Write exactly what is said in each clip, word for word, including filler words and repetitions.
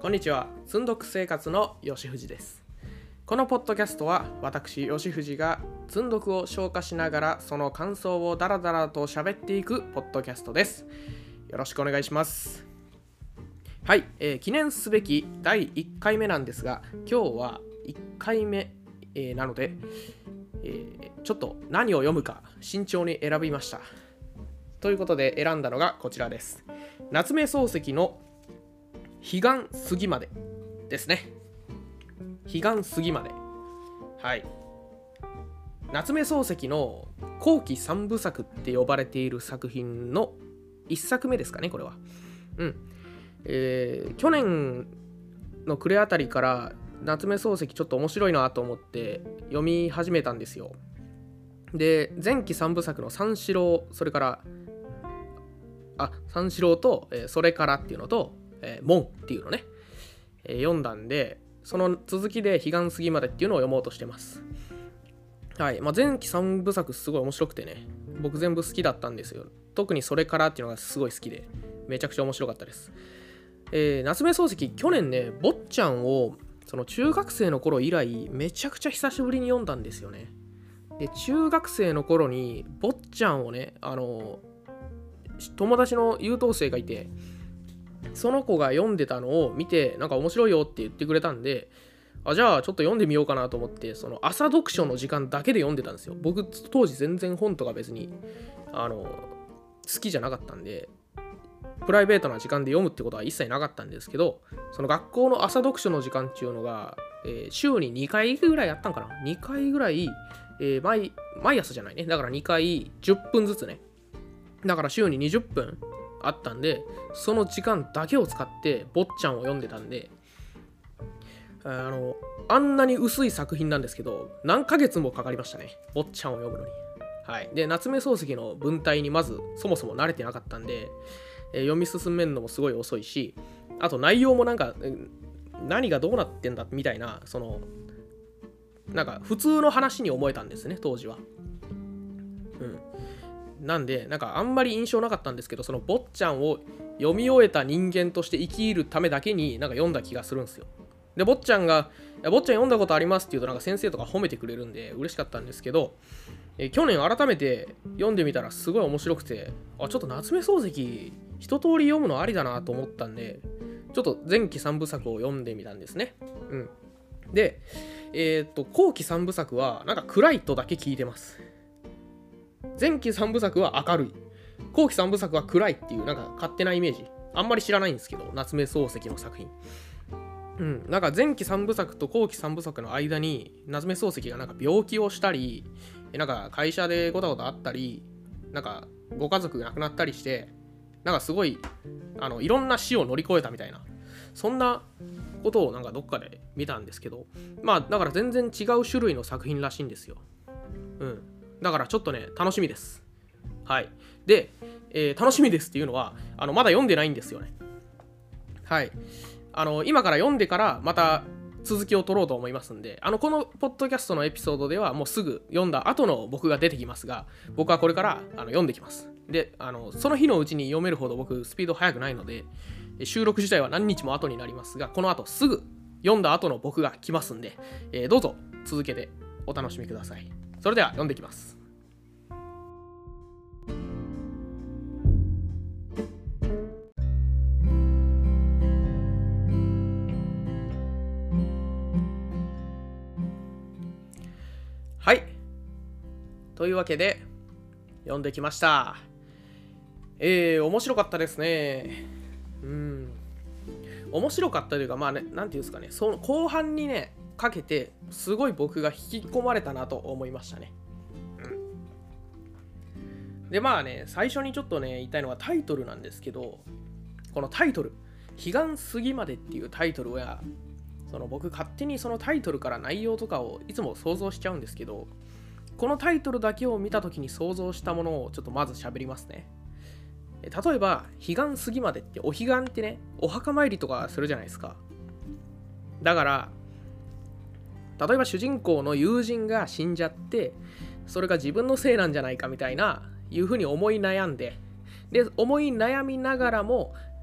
こんにちは。積んどく生活の吉藤です。このポッドキャストは私吉藤が積んどくを消化しながらその感想をダラダラと喋っていくポッドキャストです。よろしくお願いします。はい、えー、記念すべきだいいっかいめなんですが、今日はいっかいめ、えー、なので、えー、ちょっと何を読むか慎重に選びました。ということで選んだのがこちらです。夏目漱石の彼岸過ぎまでですね。彼岸過ぎまで。はい。夏目漱石の後期三部作って呼ばれている作品のいっさくめですかね、これは。うん。えー、去年の暮れあたりから夏目漱石ちょっと面白いなと思って読み始めたんですよ。で、前期三部作の三四郎、それから、あ、三四郎と、えー、それからっていうのと、えー、門っていうのね、えー、読んだんで、その続きで彼岸過ぎまでっていうのを読もうとしてます。はい。まあ、前期三部作すごい面白くてね、僕全部好きだったんですよ。特にそれからっていうのがすごい好きで、めちゃくちゃ面白かったです。えー、夏目漱石、去年ね、坊ちゃんをその中学生の頃以来、めちゃくちゃ久しぶりに読んだんですよね。で、中学生の頃に坊ちゃんをね、あの友達の優等生がいて、その子が読んでたのを見て、なんか面白いよって言ってくれたんで、あ、じゃあちょっと読んでみようかなと思って、その朝読書の時間だけで読んでたんですよ。僕当時全然本とか別にあの好きじゃなかったんで、プライベートな時間で読むってことは一切なかったんですけど、その学校の朝読書の時間っていうのが、えー、週ににかいぐらいやったんかな。にかいぐらい、えー、毎, 毎朝じゃないね。だからにかいじゅっぷんずつね。だから週ににじゅっぷんあったんで、その時間だけを使って坊ちゃんを読んでたんで、あのあんなに薄い作品なんですけど、何ヶ月もかかりましたね、坊ちゃんを読むのに。はい。で、夏目漱石の文体にまずそもそも慣れてなかったんで、えー、読み進めるのもすごい遅いし、あと内容もなんか何がどうなってんだみたいな、そのなんか普通の話に思えたんですね、当時は。うん。なんで、なんかあんまり印象なかったんですけど、その坊ちゃんを読み終えた人間として生きるためだけになんか読んだ気がするんですよ。で、坊ちゃんが、いや坊ちゃん読んだことありますって言うと、なんか先生とか褒めてくれるんで嬉しかったんですけど、え去年改めて読んでみたらすごい面白くて、あ、ちょっと夏目漱石一通り読むのありだなと思ったんで、ちょっと前期三部作を読んでみたんですね。うん。で、えー、っと、後期三部作はなんか暗いとだけ聞いてます。前期三部作は明るい、後期三部作は暗いっていうなんか勝手なイメージ、あんまり知らないんですけど、夏目漱石の作品。うん、なんか前期三部作と後期三部作の間に夏目漱石がなんか病気をしたり、なんか会社でごたごたあったり、なんかご家族が亡くなったりして、なんかすごいあのいろんな死を乗り越えたみたいな、そんなことをなんかどっかで見たんですけど、まあだから全然違う種類の作品らしいんですよ。うん。だからちょっとね、楽しみです。はい。で、えー、楽しみですっていうのは、あのまだ読んでないんですよね。はい。あの今から読んでからまた続きを取ろうと思いますんで、あのこのポッドキャストのエピソードではもうすぐ読んだ後の僕が出てきますが、僕はこれからあの読んできます。で、あのその日のうちに読めるほど僕スピード速くないので、収録自体は何日も後になりますが、この後すぐ読んだ後の僕が来ますんで、えー、どうぞ続けてお楽しみください。それでは読んできます。はい。というわけで読んできました。えー、面白かったですね。うん。面白かったというか、まあね、なんていうんですかね、その後半にね、かけて、すごい僕が引き込まれたなと思いましたね。うん。で、まあね、最初にちょっとね、言いたいのはタイトルなんですけど、このタイトル、彼岸過ぎまでっていうタイトルは、その僕勝手にそのタイトルから内容とかをいつも想像しちゃうんですけど、このタイトルだけを見たときに想像したものをちょっとまず喋りますね。例えば、彼岸過ぎまでってお彼岸ってね、お墓参りとかするじゃないですか。だから、例えば主人公の友人が死んじゃって、それが自分のせいなんじゃないかみたいな、いうふうに思い悩んで、で、思い悩みながらも、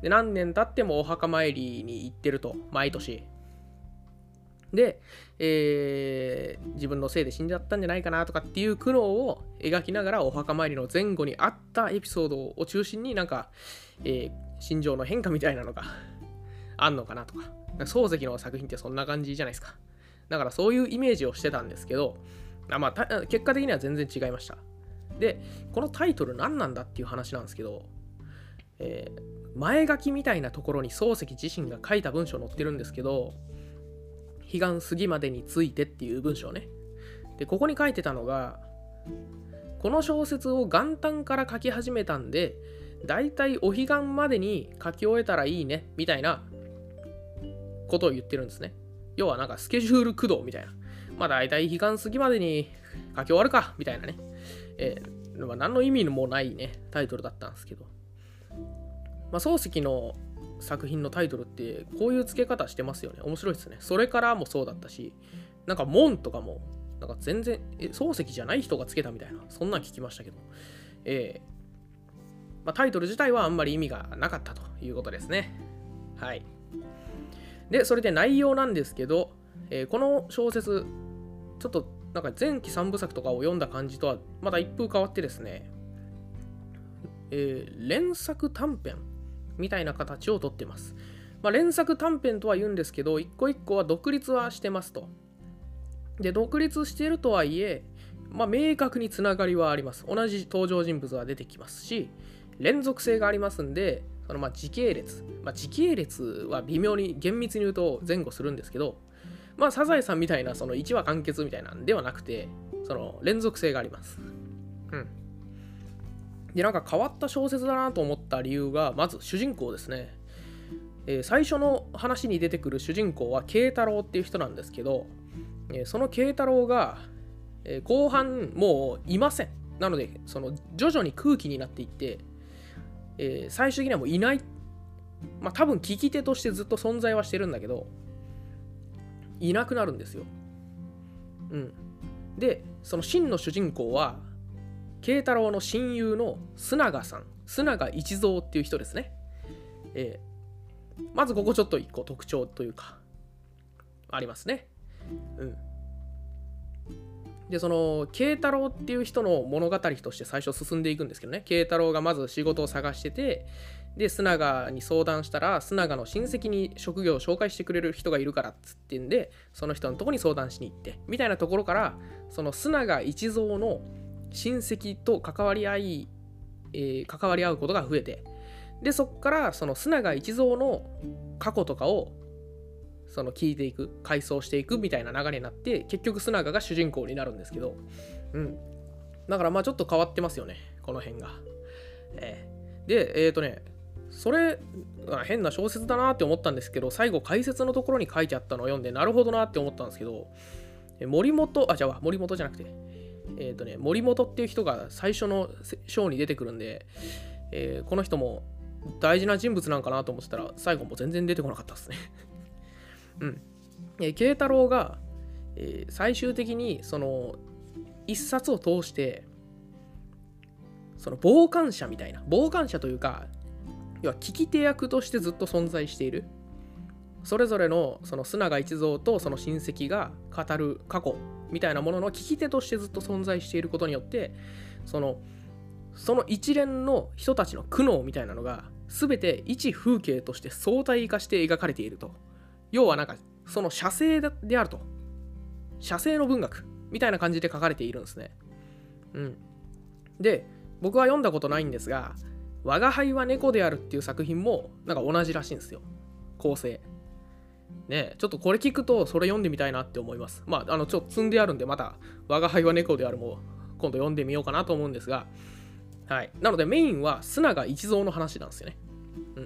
で何年経ってもお墓参りに行ってると、毎年。で、えー、自分のせいで死んじゃったんじゃないかなとかっていう苦悩を描きながら、お墓参りの前後にあったエピソードを中心になんか、えー、心情の変化みたいなのがあんのかなとか。漱石の作品ってそんな感じじゃないですか。だからそういうイメージをしてたんですけど、あまあ、結果的には全然違いました。で、このタイトル何なんだっていう話なんですけど、えー、前書きみたいなところに漱石自身が書いた文章載ってるんですけど、彼岸過ぎまでについてっていう文章ね。で、ここに書いてたのが、この小説を元旦から書き始めたんで、だいたいお彼岸までに書き終えたらいいね、みたいなことを言ってるんですね。要はなんかスケジュール駆動みたいな。まあだいたい彼岸過ぎまでに書き終わるか、みたいなね。えーまあ、何の意味もないね、タイトルだったんですけど。まあ、漱石の作品のタイトルってこういう付け方してますよね。面白いですね。それからもそうだったし、なんか門とかもなんか全然え漱石じゃない人が付けたみたいな、そんなん聞きましたけど、えーまあ、タイトル自体はあんまり意味がなかったということですね。はい。で、それで内容なんですけど、えー、この小説ちょっとなんか前期三部作とかを読んだ感じとはまた一風変わってですね、えー、連作短編みたいな形をとってます。まあ、連作短編とは言うんですけど、一個一個は独立はしてますと。で、独立しているとはいえ、まあ、明確につながりはあります。同じ登場人物は出てきますし、連続性がありますんで、そのまあ時系列、まあ、時系列は微妙に厳密に言うと前後するんですけど、まあ、サザエさんみたいなそのいちわ完結みたいなんではなくて、その連続性があります。うん。で、なんか変わった小説だなと思った理由が、まず主人公ですね。えー、最初の話に出てくる主人公は慶太郎っていう人なんですけど、えー、その慶太郎が、えー、後半もういません。なので、その徐々に空気になっていって、えー、最終的にはもういない。まあ多分聞き手としてずっと存在はしてるんだけど、いなくなるんですよ。うん。で、その真の主人公は、慶太郎の親友の須永さん、須永一蔵っていう人ですね。えー、まずここちょっと一個特徴というか、ありますね。うん。で、その、慶太郎っていう人の物語として最初進んでいくんですけどね、慶太郎がまず仕事を探してて、で、須永に相談したら、須永の親戚に職業を紹介してくれる人がいるからっつってんで、その人のとこに相談しに行って、みたいなところから、その須永一蔵の親戚と関わり合い、えー、関わり合うことが増えて、で、そっからその須永一蔵の過去とかをその聞いていく、回想していくみたいな流れになって、結局須永が主人公になるんですけど、うん。だからまあちょっと変わってますよね、この辺が。えー、で、えっとね、それ、変な小説だなって思ったんですけど、最後解説のところに書いてあったのを読んで、なるほどなって思ったんですけど、森本、あ、じゃあ森本じゃなくて、えっとね、森本っていう人が最初の章に出てくるんで、えー、この人も大事な人物なんかなと思ってたら、最後も全然出てこなかったですね。うん。えー、慶太郎が、えー、最終的にその一冊を通して、その傍観者みたいな、傍観者というか、要は聞き手役としてずっと存在している。それぞれのその須永一蔵とその親戚が語る過去みたいなものの聞き手としてずっと存在していることによって、そのその一連の人たちの苦悩みたいなのが全て一風景として相対化して描かれていると。要はなんかその写生であると。写生の文学みたいな感じで書かれているんですね。うん。で、僕は読んだことないんですが、我が輩は猫であるっていう作品もなんか同じらしいんですよ。構成。ね、ちょっとこれ聞くとそれ読んでみたいなって思います。まあ、あのちょっと積んであるんで、また我が輩は猫であるも今度読んでみようかなと思うんですが、はい。なのでメインは須永一蔵の話なんですよね。うん。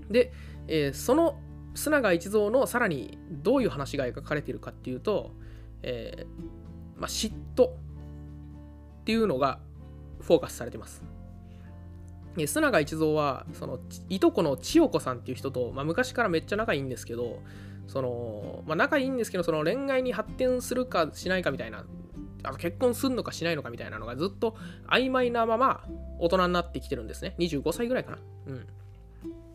で、えー、その須永一蔵のさらにどういう話が描かれているかっていうと、えー、まあ、嫉妬っていうのがフォーカスされてます。須永一蔵はそのいとこの千代子さんっていう人と、まあ、昔からめっちゃ仲いいんですけど、その、まあ、仲いいんですけど、その恋愛に発展するかしないかみたいな、あと結婚するのかしないのかみたいなのがずっと曖昧なまま大人になってきてるんですね。にじゅうごさいぐらいかな。うん。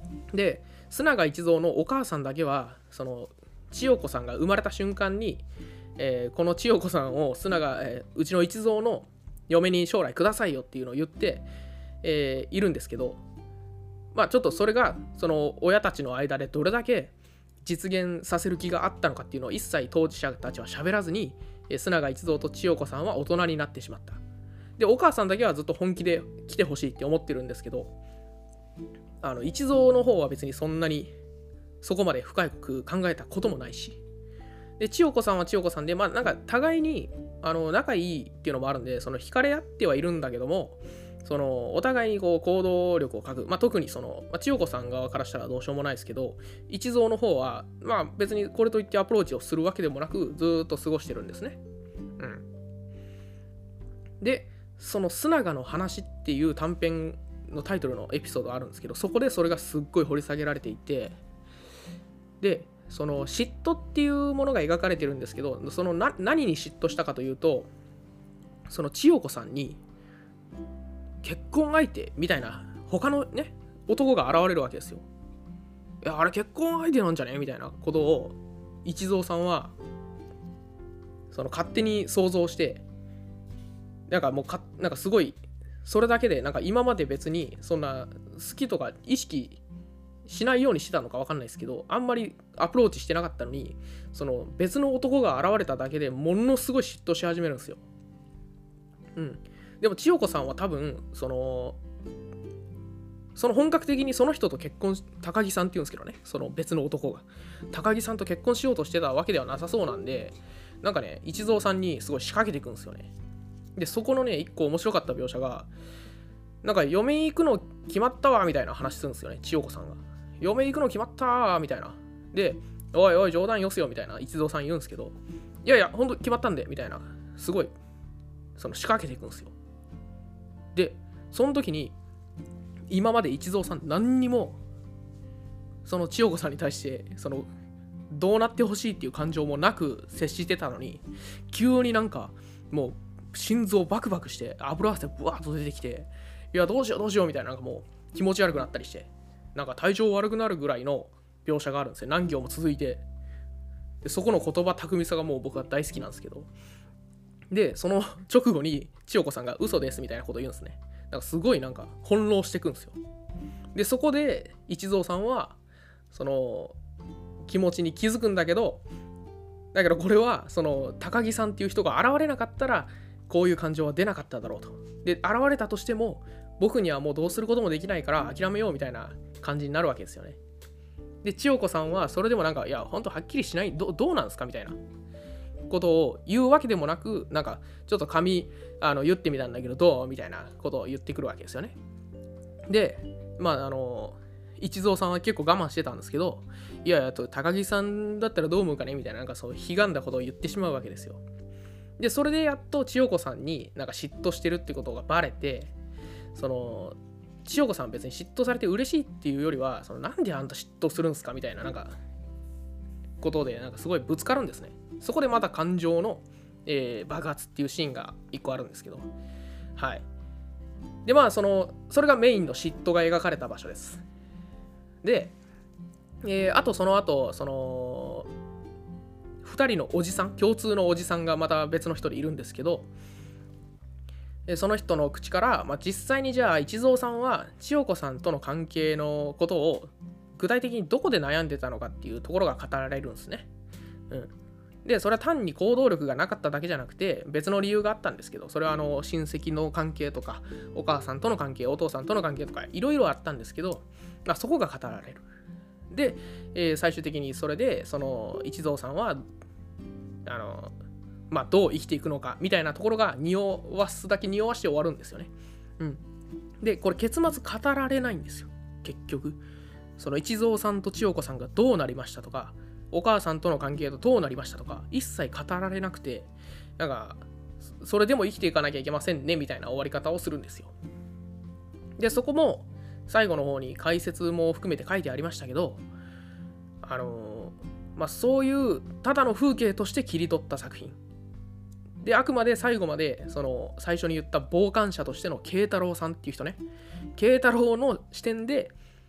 で須永一蔵のお母さんだけはその千代子さんが生まれた瞬間に、えー、この千代子さんを須永、えー、うちの一蔵の嫁に将来くださいよっていうのを言って、えー、いるんですけど、まあちょっとそれがその親たちの間でどれだけ実現させる気があったのかっていうのを一切当事者たちは喋らずに、須永一蔵と千代子さんは大人になってしまった。でお母さんだけはずっと本気で来てほしいって思ってるんですけど、あの一蔵の方は別にそんなにそこまで深く考えたこともないし、で千代子さんは千代子さんで、まあなんか互いにあの仲いいっていうのもあるんで、その惹かれ合ってはいるんだけども、そのお互いにこう行動力を書く、まあ、特にその、まあ、千代子さん側からしたらどうしようもないですけど、一蔵の方はまあ別にこれといってアプローチをするわけでもなくずーっと過ごしてるんですね。うん。でその須永の話っていう短編のタイトルのエピソードがあるんですけど、そこでそれがすっごい掘り下げられていて、でその嫉妬っていうものが描かれてるんですけど、そのな何に嫉妬したかというと、その千代子さんに結婚相手みたいな他のね男が現れるわけですよ。いやあれ結婚相手なんじゃねみたいなことを一蔵さんはその勝手に想像して、なんかもうかなんかすごいそれだけでなんか今まで別にそんな好きとか意識しないようにしてたのか分かんないですけど、あんまりアプローチしてなかったのに、その別の男が現れただけでものすごい嫉妬し始めるんですよ。うん。でも千代子さんは多分そのその本格的にその人と結婚、高木さんって言うんですけどね、その別の男が高木さんと結婚しようとしてたわけではなさそうなんで、なんかね一蔵さんにすごい仕掛けていくんですよね。でそこのね一個面白かった描写が、なんか嫁行くの決まったわみたいな話するんですよね、千代子さんが。嫁行くの決まったわみたいな。でおいおい冗談よせよみたいな一蔵さん言うんですけど、いやいやほんと決まったんでみたいな、すごいその仕掛けていくんですよ。でその時に今まで一蔵さん何にもその千代子さんに対してそのどうなってほしいっていう感情もなく接してたのに、急になんかもう心臓バクバクして油汗ブワーッと出てきて、いやどうしようどうしようみたいな、なんかもう気持ち悪くなったりして、なんか体調悪くなるぐらいの描写があるんですよ。何行も続いて、でそこの言葉巧みさがもう僕は大好きなんですけど、でその直後に千代子さんが嘘ですみたいなことを言うんですね。なんかすごいなんか翻弄していくんですよ。でそこで一蔵さんはその気持ちに気づくんだけど、だけどこれはその高木さんっていう人が現れなかったらこういう感情は出なかっただろうと。で現れたとしても僕にはもうどうすることもできないから諦めようみたいな感じになるわけですよね。で千代子さんはそれでもなんかいやほんとはっきりしない ど, どうなんですかみたいなことを言うわけでもなく、なんかちょっと紙あの言ってみたんだけどどうみたいなことを言ってくるわけですよね。でまああの一蔵さんは結構我慢してたんですけど、いやいやと高木さんだったらどう思うかねみたいな、なんかそうひがんだことを言ってしまうわけですよ。でそれでやっと千代子さんになんか嫉妬してるってことがバレて、その千代子さんは別に嫉妬されて嬉しいっていうよりは、そのなんであんた嫉妬するんすかみたいななんかことでなんかすごいぶつかるんですね。そこでまた感情の、えー、爆発っていうシーンが一個あるんですけど、はい。でまあそのそれがメインの嫉妬が描かれた場所です。で、えー、あとその後そのふたりのおじさん、共通のおじさんがまた別の人でいるんですけど、その人の口から、まあ、実際にじゃあ一蔵さんは千代子さんとの関係のことを具体的にどこで悩んでたのかっていうところが語られるんですね。うん、でそれは単に行動力がなかっただけじゃなくて別の理由があったんですけど、それはあの親戚の関係とかお母さんとの関係、お父さんとの関係とかいろいろあったんですけど、まあ、そこが語られる。で、えー、最終的にそれでその一蔵さんはあのまあどう生きていくのかみたいなところが匂わすだけ匂わして終わるんですよね。うん。でこれ結末語られないんですよ結局。その一蔵さんと千代子さんがどうなりましたとか、お母さんとの関係とどうなりましたとか一切語られなくて、なんかそれでも生きていかなきゃいけませんねみたいな終わり方をするんですよ。でそこも最後の方に解説も含めて書いてありましたけど、あのー、まあそういうただの風景として切り取った作品で、あくまで最後までその最初に言った傍観者としての慶太郎さんっていう人ね、慶太郎の視点で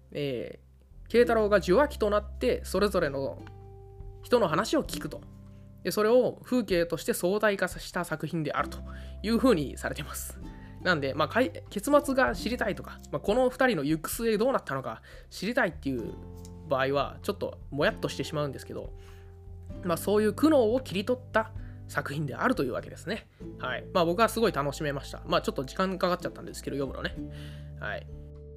えー、慶太郎が受話器となってそれぞれの人の話を聞くと。でそれを風景として相対化した作品であるという風にされています。なんで、まあ、結末が知りたいとか、まあ、このふたりの行く末どうなったのか知りたいっていう場合はちょっともやっとしてしまうんですけど、まあ、そういう苦悩を切り取った作品であるというわけですね。はい。まあ僕はすごい楽しめました。まあちょっと時間かかっちゃったんですけど読むのね。はい。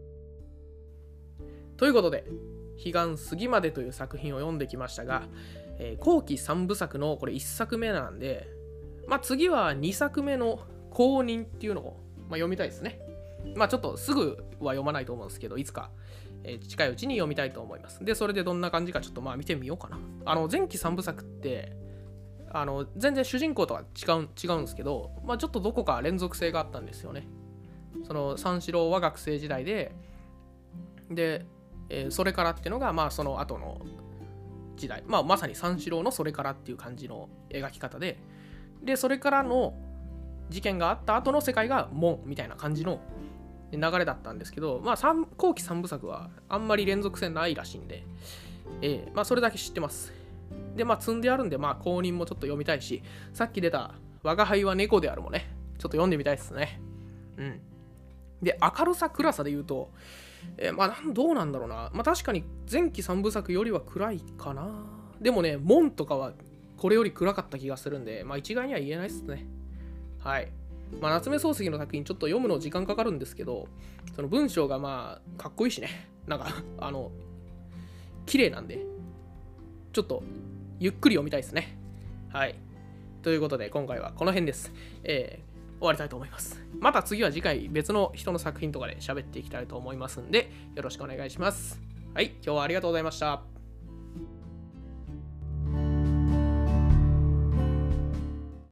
ということで、彼岸過ぎまでという作品を読んできましたが、えー、後期三部作のこれいっさくめなんで、まあ次はにさくめの公認っていうのを、まあ、読みたいですね。まあちょっとすぐは読まないと思うんですけど、いつか、えー、近いうちに読みたいと思います。で、それでどんな感じかちょっとまあ見てみようかな。あの前期三部作って、あの全然主人公とは違う、違うんですけど、まあ、ちょっとどこか連続性があったんですよね。その三四郎は学生時代で、で、えー、それからっていうのがまあその後の時代、まあ、まさに三四郎のそれからっていう感じの描き方で、でそれからの事件があった後の世界が門みたいな感じの流れだったんですけど、まあ後期三部作はあんまり連続性ないらしいんで、えー、まあそれだけ知ってます。で、まあ、積んであるんで、まあ、公認もちょっと読みたいし、さっき出た、我が輩は猫であるもね、ちょっと読んでみたいですね。うん。で、明るさ、暗さで言うと、えー、まあ、どうなんだろうな。まあ、確かに前期三部作よりは暗いかな。でもね、門とかはこれより暗かった気がするんで、まあ、一概には言えないですね。はい。まあ、夏目漱石の作品ちょっと読むの時間かかるんですけど、その文章がまあ、かっこいいしね。なんか、あの、綺麗なんで、ちょっと、ゆっくり読みたいですね。はい。ということで、今回はこの辺です。えー、終わりたいと思います。また次は次回別の人の作品とかで喋っていきたいと思いますんで、よろしくお願いします。はい、今日はありがとうございました。